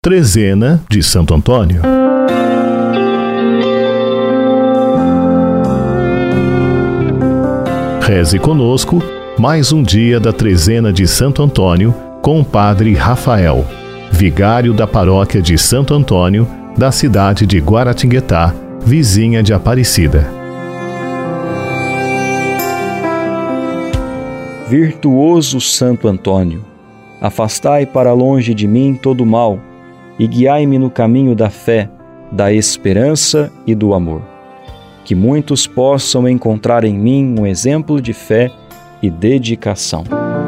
Trezena de Santo Antônio. Reze conosco mais um dia da Trezena de Santo Antônio com o Padre Rafael, vigário da paróquia de Santo Antônio, da cidade de Guaratinguetá, vizinha de Aparecida. Virtuoso Santo Antônio, afastai para longe de mim todo o mal e guiai-me no caminho da fé, da esperança e do amor. Que muitos possam encontrar em mim um exemplo de fé e dedicação.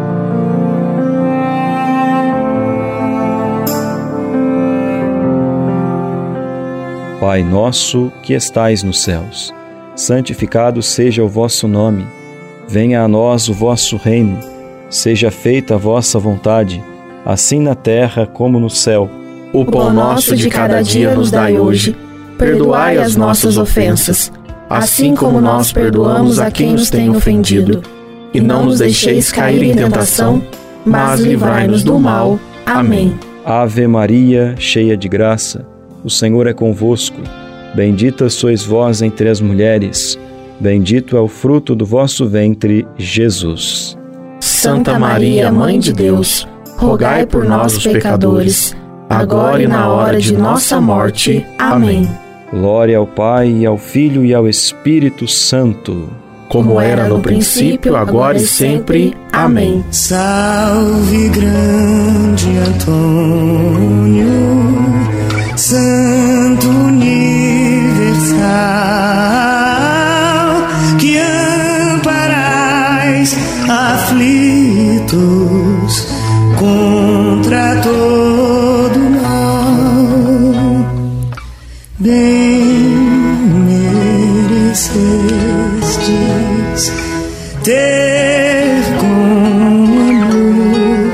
Pai nosso que estais nos céus, santificado seja o vosso nome. Venha a nós o vosso reino. Seja feita a vossa vontade, assim na terra como no céu. O pão nosso de cada dia nos dai hoje. Perdoai as nossas ofensas, assim como nós perdoamos a quem nos tem ofendido. E não nos deixeis cair em tentação, mas livrai-nos do mal. Amém. Ave Maria, cheia de graça, o Senhor é convosco. Bendita sois vós entre as mulheres. Bendito é o fruto do vosso ventre, Jesus. Santa Maria, Mãe de Deus, rogai por nós, os pecadores, agora e na hora de nossa morte. Amém. Glória ao Pai, e ao Filho e ao Espírito Santo, como era no princípio, agora e sempre. Amém. Salve, grande Antônio, Santo universal, que amparais aflitos contra todo mal. Bem merecestes ter com amor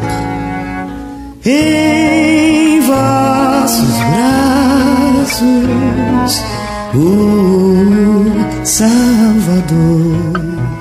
em vossos braços o Salvador.